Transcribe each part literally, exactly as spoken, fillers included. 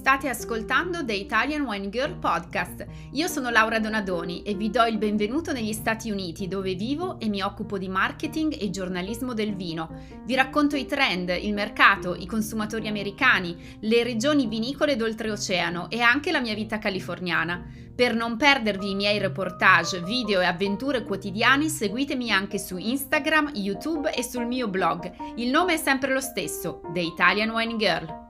State ascoltando The Italian Wine Girl Podcast. Io sono Laura Donadoni e vi do il benvenuto negli Stati Uniti, dove vivo e mi occupo di marketing e giornalismo del vino. Vi racconto i trend, il mercato, i consumatori americani, le regioni vinicole d'oltreoceano e anche la mia vita californiana. Per non perdervi i miei reportage, video e avventure quotidiane, seguitemi anche su Instagram, YouTube e sul mio blog. Il nome è sempre lo stesso, The Italian Wine Girl.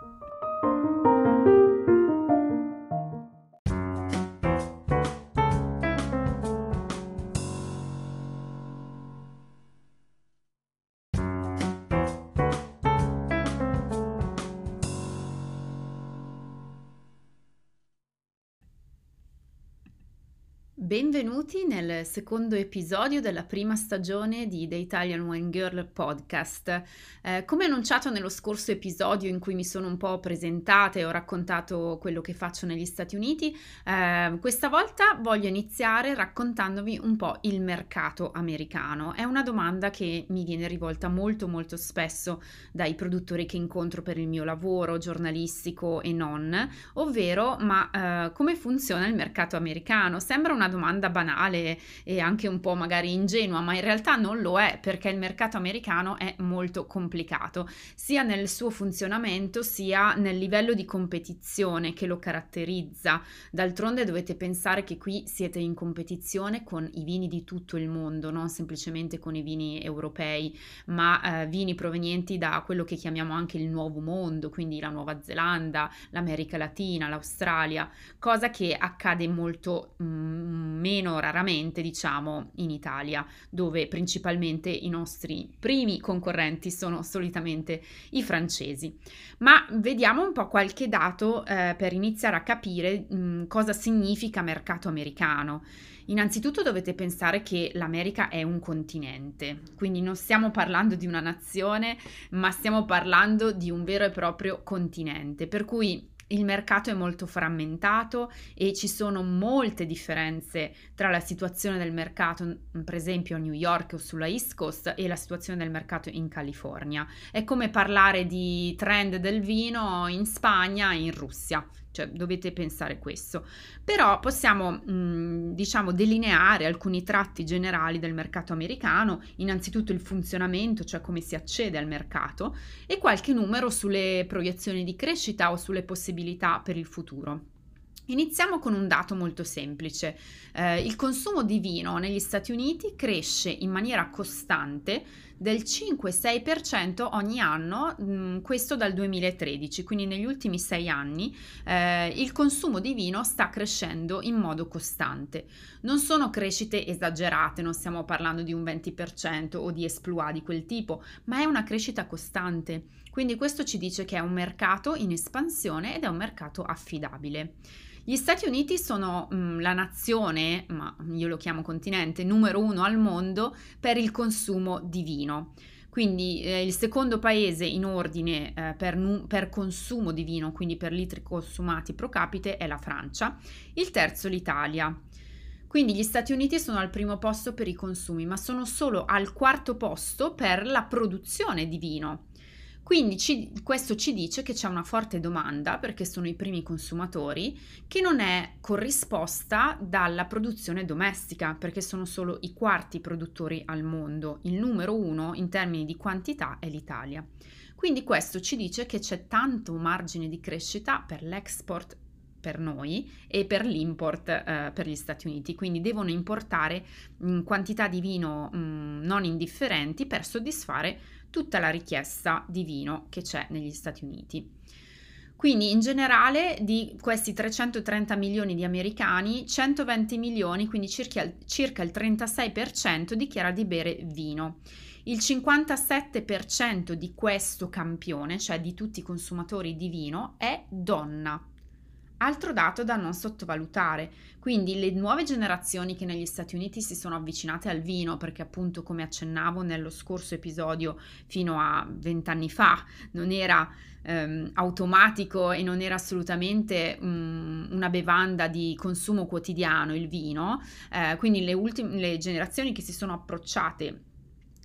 Benvenuti nel secondo episodio della prima stagione di The Italian Wine Girl Podcast. Eh, come annunciato nello scorso episodio in cui mi sono un po' presentata e ho raccontato quello che faccio negli Stati Uniti, eh, questa volta voglio iniziare raccontandovi un po' il mercato americano. È una domanda che mi viene rivolta molto molto spesso dai produttori che incontro per il mio lavoro giornalistico e non, ovvero ma eh, come funziona il mercato americano? Sembra una domanda banale e anche un po' magari ingenua, ma in realtà non lo è, perché il mercato americano è molto complicato, sia nel suo funzionamento sia nel livello di competizione che lo caratterizza. D'altronde dovete pensare che qui siete in competizione con i vini di tutto il mondo, non semplicemente con i vini europei, ma eh, vini provenienti da quello che chiamiamo anche il nuovo mondo, quindi la Nuova Zelanda, l'America Latina, l'Australia, cosa che accade molto mm, meno raramente, diciamo, in Italia, dove principalmente i nostri primi concorrenti sono solitamente i francesi. Ma vediamo un po' qualche dato eh, per iniziare a capire mh, cosa significa mercato americano. Innanzitutto dovete pensare che l'America è un continente, quindi non stiamo parlando di una nazione, ma stiamo parlando di un vero e proprio continente, per cui il mercato è molto frammentato e ci sono molte differenze tra la situazione del mercato, per esempio a New York o sulla East Coast, e la situazione del mercato in California. È come parlare di trend del vino in Spagna e in Russia. Cioè, dovete pensare questo. Però possiamo, mh, diciamo, delineare alcuni tratti generali del mercato americano, innanzitutto il funzionamento, cioè come si accede al mercato, e qualche numero sulle proiezioni di crescita o sulle possibilità per il futuro. Iniziamo con un dato molto semplice. Eh, il consumo di vino negli Stati Uniti cresce in maniera costante del cinque sei per cento ogni anno, mh, questo dal duemilatredici, quindi negli ultimi sei anni eh, il consumo di vino sta crescendo in modo costante. Non sono crescite esagerate, non stiamo parlando di un venti per cento o di exploit di quel tipo, ma è una crescita costante. Quindi questo ci dice che è un mercato in espansione ed è un mercato affidabile. Gli Stati Uniti sono mh, la nazione, ma io lo chiamo continente, numero uno al mondo per il consumo di vino. Quindi eh, il secondo paese in ordine eh, per, nu- per consumo di vino, quindi per litri consumati pro capite, è la Francia. Il terzo l'Italia. Quindi gli Stati Uniti sono al primo posto per i consumi, ma sono solo al quarto posto per la produzione di vino. Quindi ci, questo ci dice che c'è una forte domanda, perché sono i primi consumatori, che non è corrisposta dalla produzione domestica, perché sono solo i quarti produttori al mondo. Il numero uno in termini di quantità è l'Italia. Quindi questo ci dice che c'è tanto margine di crescita per l'export per noi e per l'import eh, per gli Stati Uniti, quindi devono importare mh, quantità di vino mh, non indifferenti per soddisfare tutta la richiesta di vino che c'è negli Stati Uniti. Quindi in generale di questi trecentotrenta milioni di americani, centoventi milioni, quindi circa, circa il trentasei per cento, dichiara di bere vino. Il cinquantasette per cento di questo campione, cioè di tutti i consumatori di vino, è donna. Altro dato da non sottovalutare, quindi le nuove generazioni che negli Stati Uniti si sono avvicinate al vino, perché appunto come accennavo nello scorso episodio fino a vent'anni fa non era ehm, automatico e non era assolutamente um, una bevanda di consumo quotidiano il vino, eh, quindi le ultime le generazioni che si sono approcciate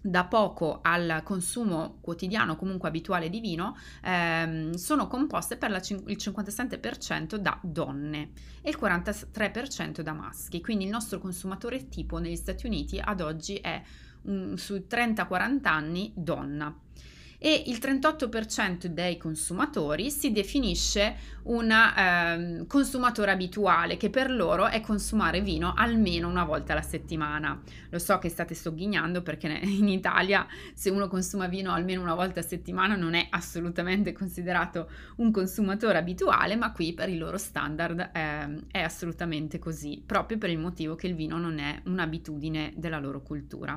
da poco al consumo quotidiano, comunque abituale di vino, ehm, sono composte per la cin- il cinquantasette per cento da donne e il quarantatré per cento da maschi. Quindi il nostro consumatore tipo negli Stati Uniti ad oggi è um, sui trenta quaranta anni donna. E il trentotto per cento dei consumatori si definisce un eh, consumatore abituale, che per loro è consumare vino almeno una volta alla settimana. Lo so che state sogghignando, perché in Italia se uno consuma vino almeno una volta a settimana non è assolutamente considerato un consumatore abituale, ma qui per i loro standard eh, è assolutamente così, proprio per il motivo che il vino non è un'abitudine della loro cultura.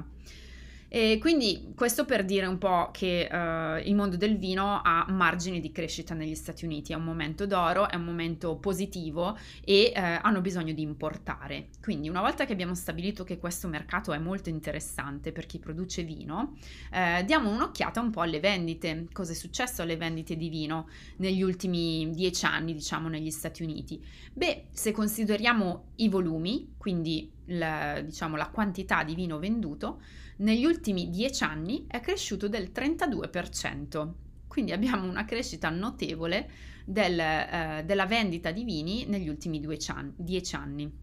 E quindi questo per dire un po' che uh, il mondo del vino ha margini di crescita negli Stati Uniti, è un momento d'oro, è un momento positivo e uh, hanno bisogno di importare. Quindi una volta che abbiamo stabilito che questo mercato è molto interessante per chi produce vino, uh, diamo un'occhiata un po' alle vendite. Cosa è successo alle vendite di vino negli ultimi dieci anni, diciamo, negli Stati Uniti? Beh, se consideriamo i volumi, quindi la, diciamo, la quantità di vino venduto, negli ultimi dieci anni è cresciuto del trentadue per cento, quindi abbiamo una crescita notevole del, eh, della vendita di vini negli ultimi dieci anni.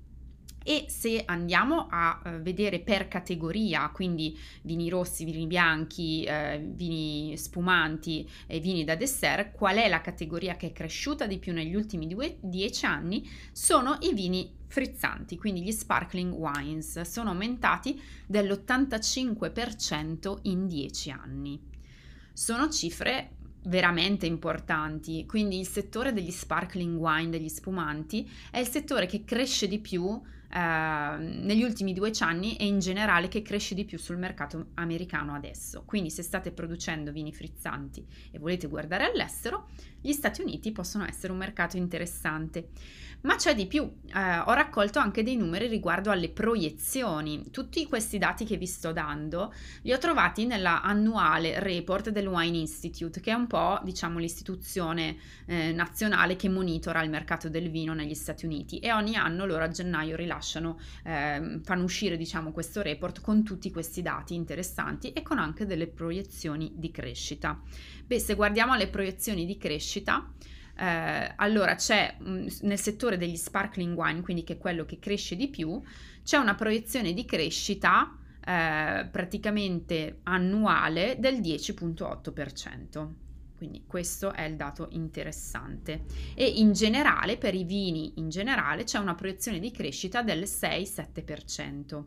E se andiamo a eh, vedere per categoria, quindi vini rossi, vini bianchi, eh, vini spumanti e vini da dessert, qual è la categoria che è cresciuta di più negli ultimi dieci anni? Sono i vini frizzanti, quindi gli sparkling wines, sono aumentati dell'ottantacinque per cento in dieci anni. Sono cifre veramente importanti, quindi il settore degli sparkling wine, degli spumanti, è il settore che cresce di più eh, negli ultimi dieci anni e in generale che cresce di più sul mercato americano adesso. Quindi se state producendo vini frizzanti e volete guardare all'estero, gli Stati Uniti possono essere un mercato interessante. Ma c'è di più, eh, ho raccolto anche dei numeri riguardo alle proiezioni. Tutti questi dati che vi sto dando li ho trovati nella annuale report del Wine Institute, che è un po', diciamo, l'istituzione eh, nazionale che monitora il mercato del vino negli Stati Uniti, e ogni anno loro a gennaio rilasciano, eh, fanno uscire, diciamo, questo report con tutti questi dati interessanti e con anche delle proiezioni di crescita. Beh, se guardiamo alle proiezioni di crescita, Eh, allora c'è mh, nel settore degli sparkling wine, quindi che è quello che cresce di più, c'è una proiezione di crescita eh, praticamente annuale del dieci virgola otto per cento. Quindi questo è il dato interessante. E in generale, per i vini in generale, c'è una proiezione di crescita del sei sette per cento.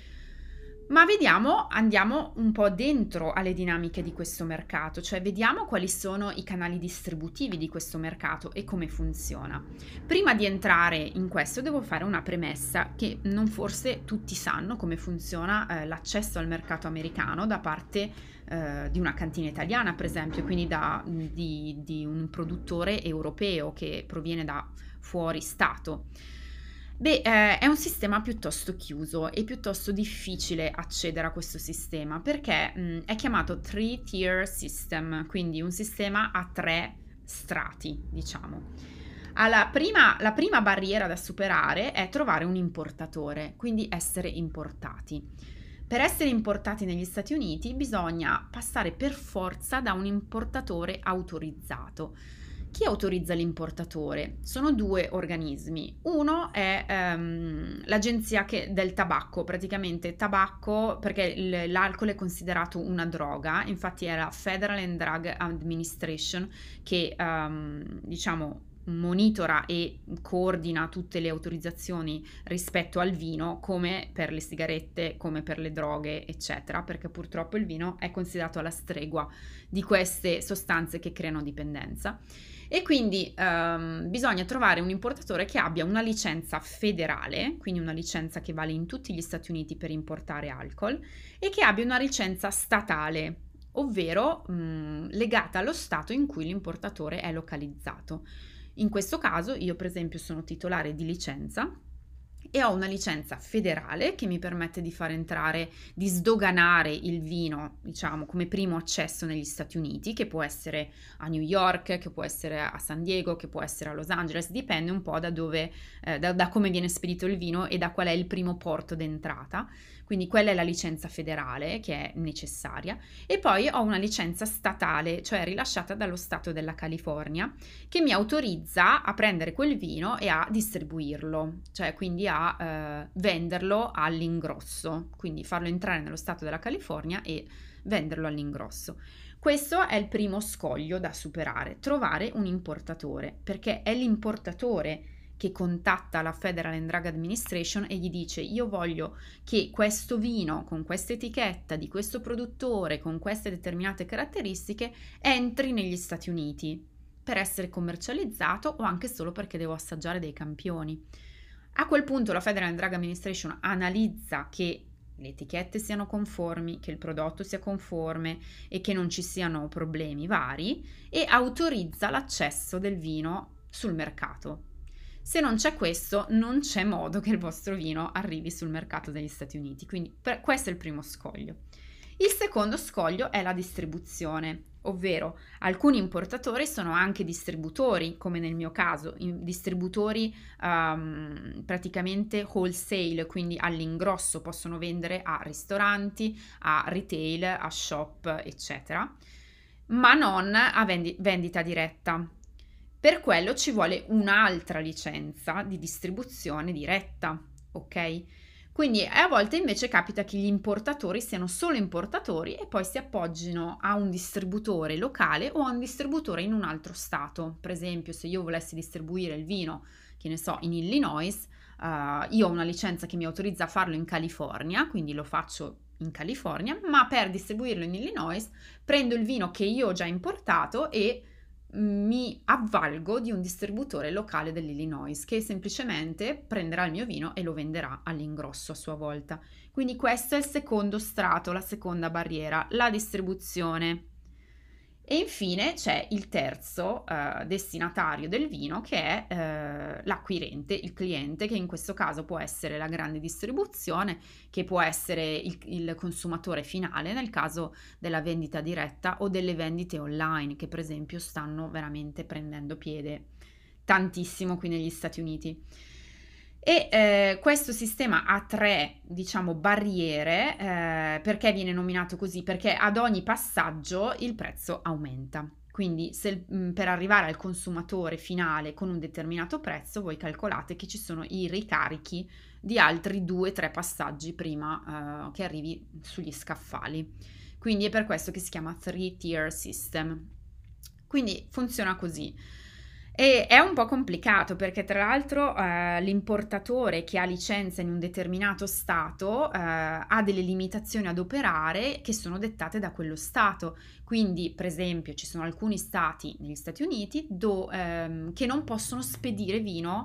Ma vediamo, andiamo un po' dentro alle dinamiche di questo mercato, cioè vediamo quali sono i canali distributivi di questo mercato e come funziona. Prima di entrare in questo devo fare una premessa che non forse tutti sanno come funziona eh, l'accesso al mercato americano da parte eh, di una cantina italiana, per esempio, quindi da, di, di un produttore europeo che proviene da fuori stato. Beh, eh, è un sistema piuttosto chiuso e piuttosto difficile accedere a questo sistema perché mh, è chiamato three-tier system, quindi un sistema a tre strati, diciamo. Alla prima, la prima barriera da superare è trovare un importatore, quindi essere importati. Per essere importati negli Stati Uniti bisogna passare per forza da un importatore autorizzato. Chi autorizza l'importatore? Sono due organismi. Uno è ehm, l'agenzia che, del tabacco, praticamente tabacco, perché il, l'alcol è considerato una droga, infatti è la Federal and Drug Administration che ehm, diciamo monitora e coordina tutte le autorizzazioni rispetto al vino, come per le sigarette, come per le droghe, eccetera, perché purtroppo il vino è considerato alla stregua di queste sostanze che creano dipendenza. E quindi um, bisogna trovare un importatore che abbia una licenza federale, quindi una licenza che vale in tutti gli Stati Uniti per importare alcol, e che abbia una licenza statale, ovvero mh, legata allo stato in cui l'importatore è localizzato. In questo caso io per esempio sono titolare di licenza e ho una licenza federale che mi permette di far entrare, di sdoganare il vino, diciamo, come primo accesso negli Stati Uniti, che può essere a New York, che può essere a San Diego, che può essere a Los Angeles, dipende un po' da dove, eh, da, da come viene spedito il vino e da qual è il primo porto d'entrata. Quindi quella è la licenza federale che è necessaria, e poi ho una licenza statale, cioè rilasciata dallo Stato della California, che mi autorizza a prendere quel vino e a distribuirlo, cioè quindi a eh, venderlo all'ingrosso, quindi farlo entrare nello Stato della California e venderlo all'ingrosso. Questo è il primo scoglio da superare, trovare un importatore, perché è l'importatore che contatta la Federal and Drug Administration e gli dice: io voglio che questo vino con questa etichetta di questo produttore con queste determinate caratteristiche entri negli Stati Uniti per essere commercializzato, o anche solo perché devo assaggiare dei campioni. A quel punto la Federal and Drug Administration analizza che le etichette siano conformi, che il prodotto sia conforme e che non ci siano problemi vari, e autorizza l'accesso del vino sul mercato. Se non c'è questo, non c'è modo che il vostro vino arrivi sul mercato degli Stati Uniti. Quindi per, questo è il primo scoglio. Il secondo scoglio è la distribuzione, ovvero alcuni importatori sono anche distributori, come nel mio caso, distributori um, praticamente wholesale, quindi all'ingrosso, possono vendere a ristoranti, a retail, a shop, eccetera, ma non a vendi- vendita diretta. Per quello ci vuole un'altra licenza di distribuzione diretta, ok? Quindi a volte invece capita che gli importatori siano solo importatori e poi si appoggino a un distributore locale o a un distributore in un altro stato. Per esempio, se io volessi distribuire il vino, che ne so, in Illinois, uh, io ho una licenza che mi autorizza a farlo in California, quindi lo faccio in California, ma per distribuirlo in Illinois prendo il vino che io ho già importato e mi avvalgo di un distributore locale dell'Illinois che semplicemente prenderà il mio vino e lo venderà all'ingrosso a sua volta. Quindi questo è il secondo strato, la seconda barriera, la distribuzione. E infine c'è il terzo eh, destinatario del vino, che è eh, l'acquirente, il cliente, che in questo caso può essere la grande distribuzione, che può essere il, il consumatore finale nel caso della vendita diretta, o delle vendite online, che per esempio stanno veramente prendendo piede tantissimo qui negli Stati Uniti. E eh, questo sistema ha tre, diciamo, barriere. Eh, perché viene nominato così? Perché ad ogni passaggio il prezzo aumenta. Quindi se, mh, per arrivare al consumatore finale con un determinato prezzo, voi calcolate che ci sono i ricarichi di altri due tre passaggi prima eh, che arrivi sugli scaffali. Quindi è per questo che si chiama three tier system. Quindi funziona così. E è un po' complicato perché tra l'altro eh, l'importatore che ha licenza in un determinato stato eh, ha delle limitazioni ad operare che sono dettate da quello stato. Quindi, per esempio, ci sono alcuni stati negli Stati Uniti do, ehm, che non possono spedire vino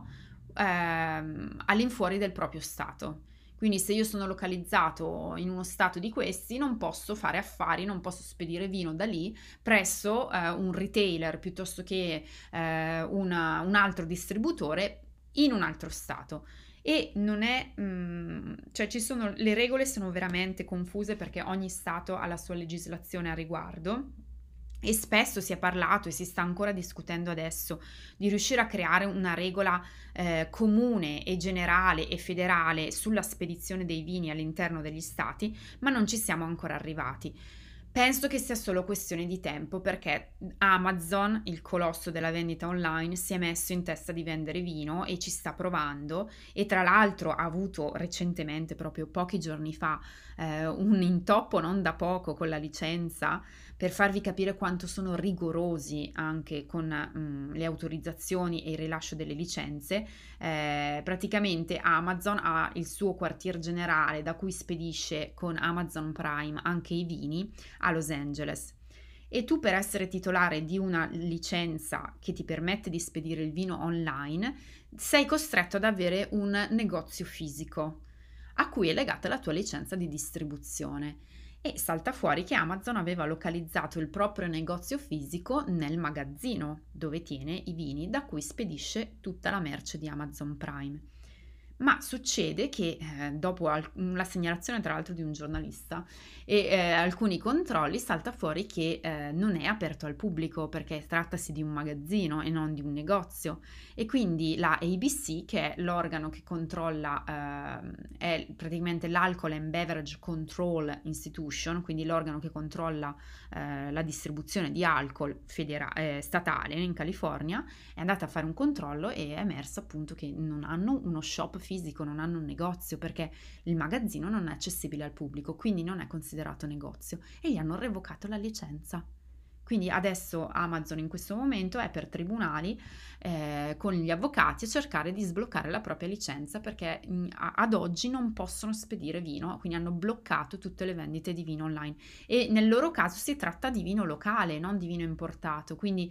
ehm, all'infuori del proprio stato. Quindi se io sono localizzato in uno stato di questi, non posso fare affari, non posso spedire vino da lì presso eh, un retailer piuttosto che eh, una, un altro distributore in un altro stato. E non è, mh, cioè ci sono, le regole sono veramente confuse perché ogni stato ha la sua legislazione a riguardo. E spesso si è parlato e si sta ancora discutendo adesso di riuscire a creare una regola eh, comune e generale e federale sulla spedizione dei vini all'interno degli stati, ma non ci siamo ancora arrivati. Penso che sia solo questione di tempo perché Amazon, il colosso della vendita online, si è messo in testa di vendere vino e ci sta provando, e tra l'altro ha avuto recentemente, proprio pochi giorni fa, eh, un intoppo non da poco con la licenza, per farvi capire quanto sono rigorosi anche con mh, le autorizzazioni e il rilascio delle licenze. Eh, praticamente Amazon ha il suo quartier generale da cui spedisce con Amazon Prime anche i vini a Los Angeles, e tu, per essere titolare di una licenza che ti permette di spedire il vino online, sei costretto ad avere un negozio fisico a cui è legata la tua licenza di distribuzione. E salta fuori che Amazon aveva localizzato il proprio negozio fisico nel magazzino dove tiene i vini da cui spedisce tutta la merce di Amazon Prime. Ma succede che, ehm, dopo al la segnalazione tra l'altro di un giornalista e, ehm, alcuni controlli, salta fuori che, ehm, non è aperto al pubblico perché trattasi di un magazzino e non di un negozio, e quindi la A B C, che è l'organo che controlla, ehm, è praticamente l'Alcohol and Beverage Control Institution, quindi l'organo che controlla, ehm, la distribuzione di alcol federa ehm, statale in California, è andata a fare un controllo e è emerso appunto che non hanno uno shop fisico, non hanno un negozio, perché il magazzino non è accessibile al pubblico, quindi non è considerato negozio, e gli hanno revocato la licenza. Quindi adesso Amazon in questo momento è per tribunali, eh, con gli avvocati a cercare di sbloccare la propria licenza, perché mh, a- ad oggi non possono spedire vino, quindi hanno bloccato tutte le vendite di vino online, e nel loro caso si tratta di vino locale, non di vino importato, quindi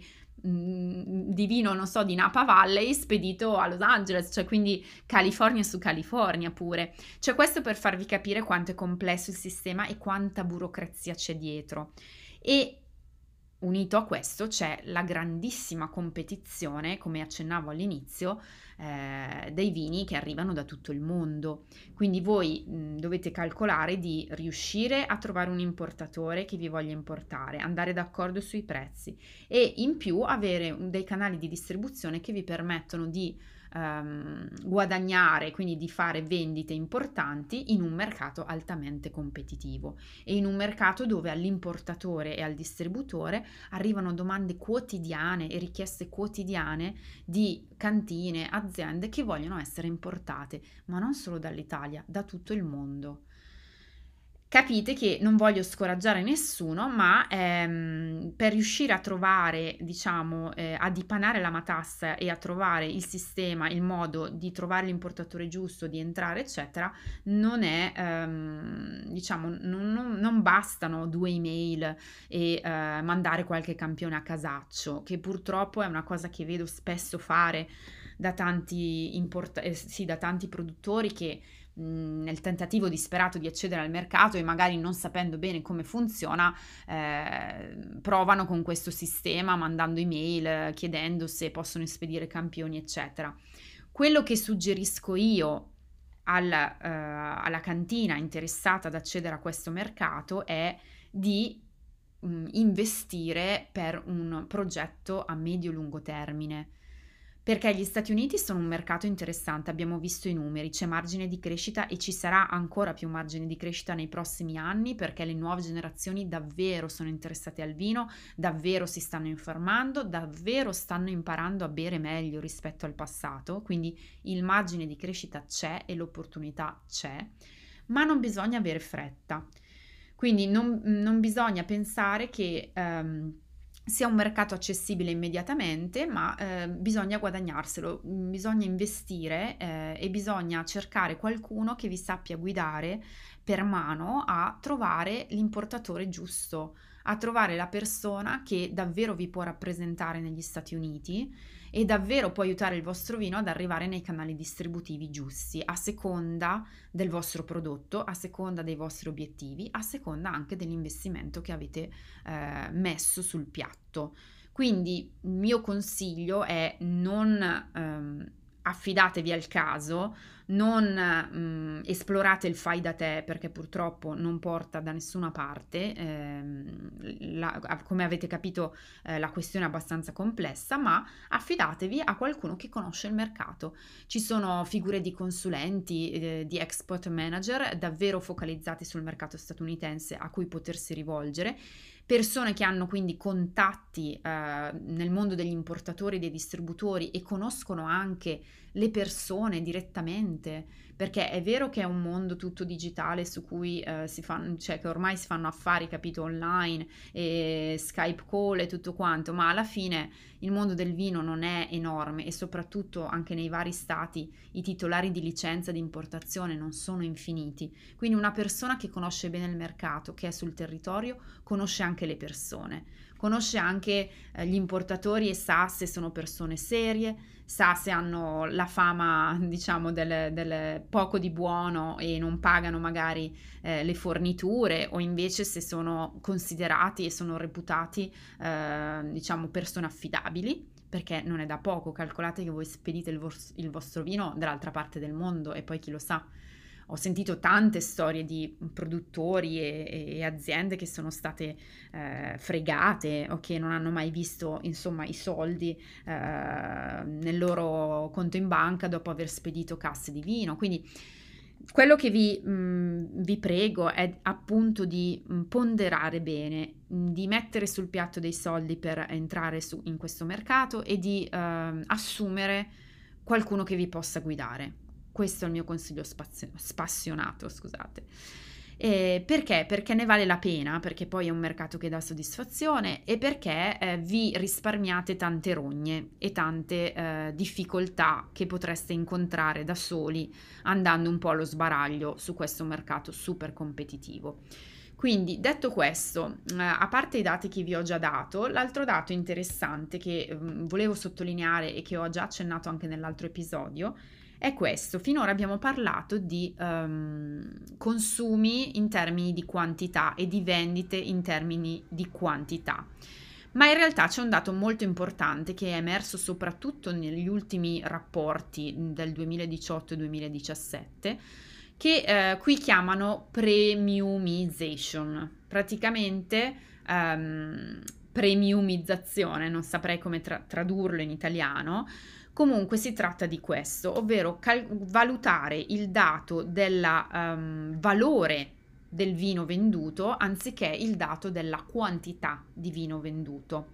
mh, di vino, non so, di Napa Valley spedito a Los Angeles, cioè quindi California su California pure. Cioè questo per farvi capire quanto è complesso il sistema e quanta burocrazia c'è dietro. E unito a questo c'è la grandissima competizione, come accennavo all'inizio, eh, dei vini che arrivano da tutto il mondo. Quindi voi mh, dovete calcolare di riuscire a trovare un importatore che vi voglia importare, andare d'accordo sui prezzi e in più avere un- dei canali di distribuzione che vi permettono di ehm, guadagnare, quindi di fare vendite importanti in un mercato altamente competitivo, e in un mercato dove all'importatore e al distributore arrivano domande quotidiane e richieste quotidiane di cantine, aziende che vogliono essere importate, ma non solo dall'Italia, da tutto il mondo. Capite che non voglio scoraggiare nessuno, ma ehm, per riuscire a trovare, diciamo, eh, a dipanare la matassa e a trovare il sistema, il modo di trovare l'importatore giusto, di entrare, eccetera, non è, ehm, diciamo, non, non- non bastano due email e eh, mandare qualche campione a casaccio, che purtroppo è una cosa che vedo spesso fare da tanti, import- eh, sì, da tanti produttori che mh, nel tentativo disperato di accedere al mercato e magari non sapendo bene come funziona, eh, provano con questo sistema mandando email, chiedendo se possono spedire campioni, eccetera. Quello che suggerisco io alla, eh, alla cantina interessata ad accedere a questo mercato è di mh, investire per un progetto a medio-lungo termine. Perché gli Stati Uniti sono un mercato interessante, abbiamo visto i numeri, c'è margine di crescita e ci sarà ancora più margine di crescita nei prossimi anni, perché le nuove generazioni davvero sono interessate al vino, davvero si stanno informando, davvero stanno imparando a bere meglio rispetto al passato, quindi il margine di crescita c'è e l'opportunità c'è, ma non bisogna avere fretta. Quindi non, non bisogna pensare che ehm, sia un mercato accessibile immediatamente, ma eh, bisogna guadagnarselo, mm, bisogna investire eh, e bisogna cercare qualcuno che vi sappia guidare per mano a trovare l'importatore giusto, a trovare la persona che davvero vi può rappresentare negli Stati Uniti e davvero può aiutare il vostro vino ad arrivare nei canali distributivi giusti, a seconda del vostro prodotto, a seconda dei vostri obiettivi, a seconda anche dell'investimento che avete eh, messo sul piatto. Quindi il mio consiglio è non ehm, affidatevi al caso, non mh, esplorate il fai da te, perché purtroppo non porta da nessuna parte. Ehm, la- come avete capito, eh, la questione è abbastanza complessa, ma affidatevi a qualcuno che conosce il mercato. Ci sono figure di consulenti, eh, di export manager davvero focalizzati sul mercato statunitense a cui potersi rivolgere, persone che hanno quindi contatti eh, nel mondo degli importatori e dei distributori e conoscono anche le persone direttamente, perché è vero che è un mondo tutto digitale su cui eh, si fanno, cioè che ormai si fanno affari, capito, online e Skype call e tutto quanto, ma alla fine il mondo del vino non è enorme e soprattutto anche nei vari stati i titolari di licenza di importazione non sono infiniti. Quindi una persona che conosce bene il mercato, che è sul territorio, conosce anche le persone, conosce anche eh, gli importatori e sa se sono persone serie, sa se hanno la fama, diciamo, del, del poco di buono e non pagano magari eh, le forniture, o invece se sono considerati e sono reputati, eh, diciamo, persone affidabili, perché non è da poco. Calcolate che voi spedite il, vos- il vostro vino dall'altra parte del mondo e poi chi lo sa. Ho sentito tante storie di produttori e, e aziende che sono state eh, fregate o che non hanno mai visto, insomma, i soldi eh, nel loro conto in banca dopo aver spedito casse di vino. Quindi quello che vi, mh, vi prego è appunto di mh, ponderare bene, mh, di mettere sul piatto dei soldi per entrare su, in questo mercato e di eh, assumere qualcuno che vi possa guidare. Questo è il mio consiglio spazio- spassionato, scusate. Eh, perché? Perché ne vale la pena, perché poi è un mercato che dà soddisfazione e perché eh, vi risparmiate tante rogne e tante eh, difficoltà che potreste incontrare da soli andando un po' allo sbaraglio su questo mercato super competitivo. Quindi, detto questo, eh, a parte i dati che vi ho già dato, l'altro dato interessante che eh, volevo sottolineare e che ho già accennato anche nell'altro episodio è questo. Finora abbiamo parlato di um, consumi in termini di quantità e di vendite in termini di quantità. Ma in realtà c'è un dato molto importante che è emerso soprattutto negli ultimi rapporti del duemiladiciotto e duemiladiciassette, che eh, qui chiamano premiumization, praticamente um, premiumizzazione, non saprei come tra- tradurlo in italiano. Comunque si tratta di questo, ovvero cal- valutare il dato del um, valore del vino venduto anziché il dato della quantità di vino venduto.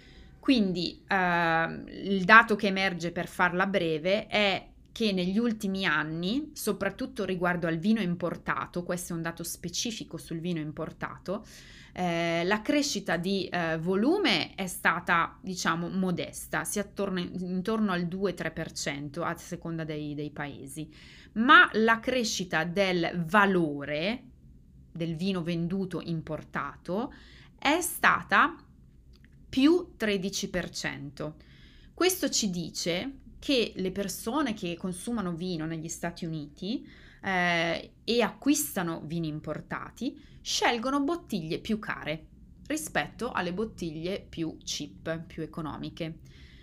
Quindi eh, il dato che emerge, per farla breve, è che negli ultimi anni, soprattutto riguardo al vino importato, questo è un dato specifico sul vino importato, eh, la crescita di eh, volume è stata, diciamo, modesta, si attorna intorno al due tre per cento a seconda dei, dei paesi, ma la crescita del valore del vino venduto importato è stata più tredici per cento. Questo ci dice che le persone che consumano vino negli Stati Uniti eh, e acquistano vini importati scelgono bottiglie più care rispetto alle bottiglie più cheap, più economiche.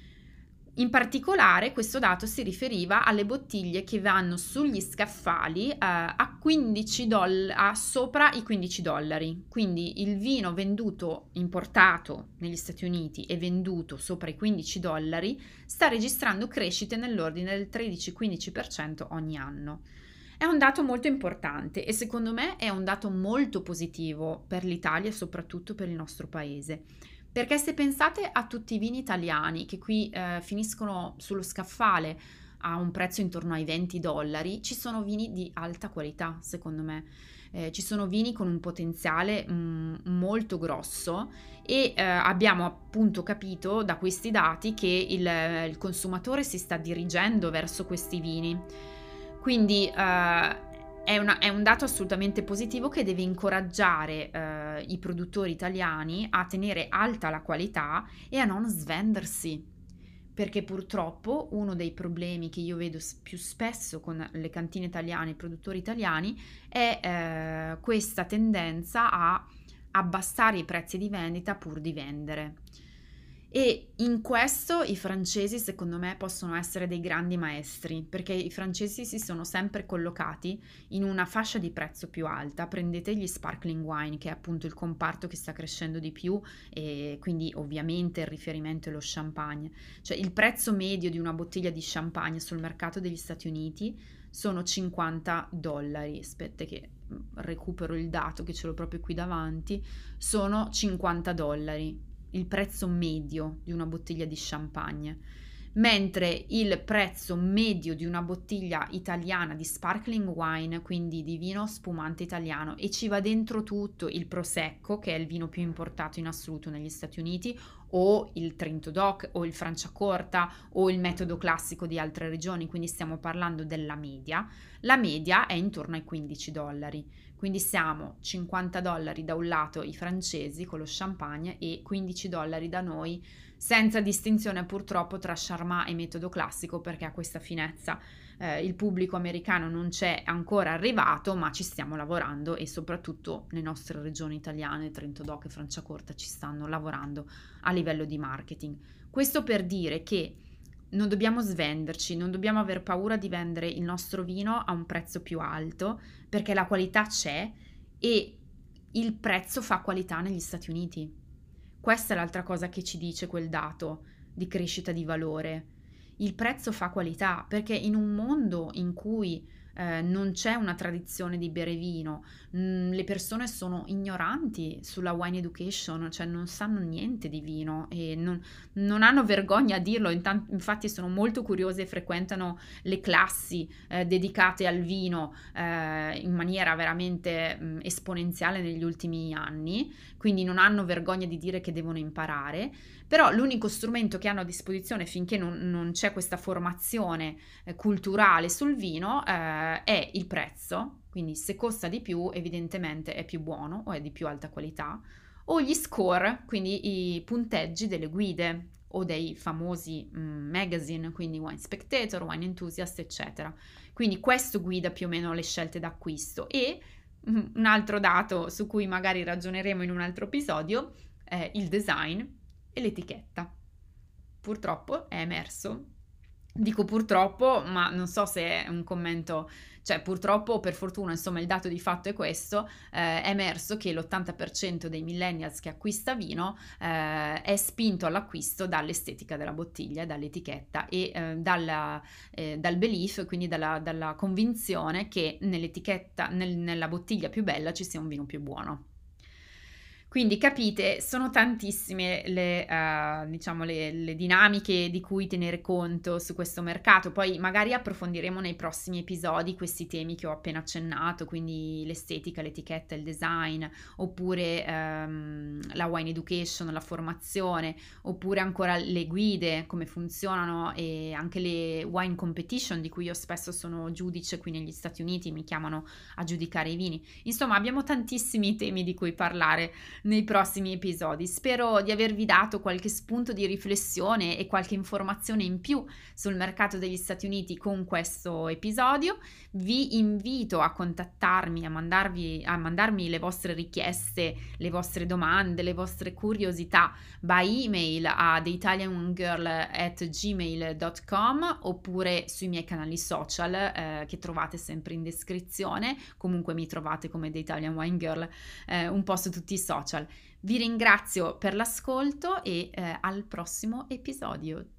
In particolare questo dato si riferiva alle bottiglie che vanno sugli scaffali eh, a quindici dollari, a sopra i quindici dollari. Quindi il vino venduto importato negli Stati Uniti e venduto sopra i quindici dollari sta registrando crescite nell'ordine del tredici quindici per cento ogni anno. È un dato molto importante e secondo me è un dato molto positivo per l'Italia e soprattutto per il nostro paese. Perché se pensate a tutti i vini italiani che qui eh, finiscono sullo scaffale a un prezzo intorno ai venti dollari, ci sono vini di alta qualità, secondo me. Eh, ci sono vini con un potenziale mm, molto grosso e eh, abbiamo appunto capito da questi dati che il, il consumatore si sta dirigendo verso questi vini. Quindi eh, è, una- è un dato assolutamente positivo che deve incoraggiare eh, i produttori italiani a tenere alta la qualità e a non svendersi, perché purtroppo uno dei problemi che io vedo s- più spesso con le cantine italiane, i produttori italiani, è eh, questa tendenza a abbassare i prezzi di vendita pur di vendere. E in questo i francesi, secondo me, possono essere dei grandi maestri, perché i francesi si sono sempre collocati in una fascia di prezzo più alta. Prendete gli sparkling wine, che è appunto il comparto che sta crescendo di più, e quindi ovviamente il riferimento è lo champagne. Cioè il prezzo medio di una bottiglia di champagne sul mercato degli Stati Uniti sono cinquanta dollari. Aspetta che mm, recupero il dato, che ce l'ho proprio qui davanti. Sono cinquanta dollari il prezzo medio di una bottiglia di champagne, mentre il prezzo medio di una bottiglia italiana di sparkling wine, quindi di vino spumante italiano, e ci va dentro tutto il Prosecco, che è il vino più importato in assoluto negli Stati Uniti, o il Trento Doc, o il Franciacorta, o il metodo classico di altre regioni, quindi stiamo parlando della media. La media è intorno ai quindici dollari. Quindi siamo cinquanta dollari da un lato i francesi con lo champagne e quindici dollari da noi, senza distinzione purtroppo tra Charmat e metodo classico, perché a questa finezza eh, il pubblico americano non c'è ancora arrivato, ma ci stiamo lavorando e soprattutto le nostre regioni italiane, Trento Doc e Franciacorta, ci stanno lavorando a livello di marketing. Questo per dire che non dobbiamo svenderci, non dobbiamo aver paura di vendere il nostro vino a un prezzo più alto, perché la qualità c'è e il prezzo fa qualità negli Stati Uniti. Questa è l'altra cosa che ci dice quel dato di crescita di valore. Il prezzo fa qualità, perché in un mondo in cui eh, non c'è una tradizione di bere vino, mh, le persone sono ignoranti sulla wine education, cioè non sanno niente di vino e non, non hanno vergogna a dirlo, intan- infatti sono molto curiose e frequentano le classi eh, dedicate al vino eh, in maniera veramente mh, esponenziale negli ultimi anni, quindi non hanno vergogna di dire che devono imparare. Però l'unico strumento che hanno a disposizione finché non, non c'è questa formazione eh, culturale sul vino eh, è il prezzo, quindi se costa di più evidentemente è più buono o è di più alta qualità, o gli score, quindi i punteggi delle guide o dei famosi mm, magazine, quindi Wine Spectator, Wine Enthusiast, eccetera. Quindi questo guida più o meno le scelte d'acquisto e mm, un altro dato su cui magari ragioneremo in un altro episodio è il design e l'etichetta. Purtroppo è emerso, dico purtroppo, ma non so se è un commento, cioè purtroppo o per fortuna, insomma il dato di fatto è questo, eh, è emerso che l'ottanta per cento dei millennials che acquista vino eh, è spinto all'acquisto dall'estetica della bottiglia, dall'etichetta e eh, dalla, eh, dal belief, quindi dalla, dalla convinzione che nell'etichetta, nel, nella bottiglia più bella ci sia un vino più buono. Quindi capite, sono tantissime le, uh, diciamo le, le dinamiche di cui tenere conto su questo mercato. Poi magari approfondiremo nei prossimi episodi questi temi che ho appena accennato, quindi l'estetica, l'etichetta, il design, oppure um, la wine education, la formazione, oppure ancora le guide, come funzionano e anche le wine competition di cui io spesso sono giudice qui negli Stati Uniti, mi chiamano a giudicare i vini. Insomma, abbiamo tantissimi temi di cui parlare nei prossimi episodi. Spero di avervi dato qualche spunto di riflessione e qualche informazione in più sul mercato degli Stati Uniti con questo episodio. Vi invito a contattarmi, a mandarvi, a mandarmi le vostre richieste, le vostre domande, le vostre curiosità by email a the italian one girl at gmail dot com oppure sui miei canali social eh, che trovate sempre in descrizione. Comunque mi trovate come The Italian Wine Girl eh, un po' su tutti i social. Vi ringrazio per l'ascolto e eh, al prossimo episodio.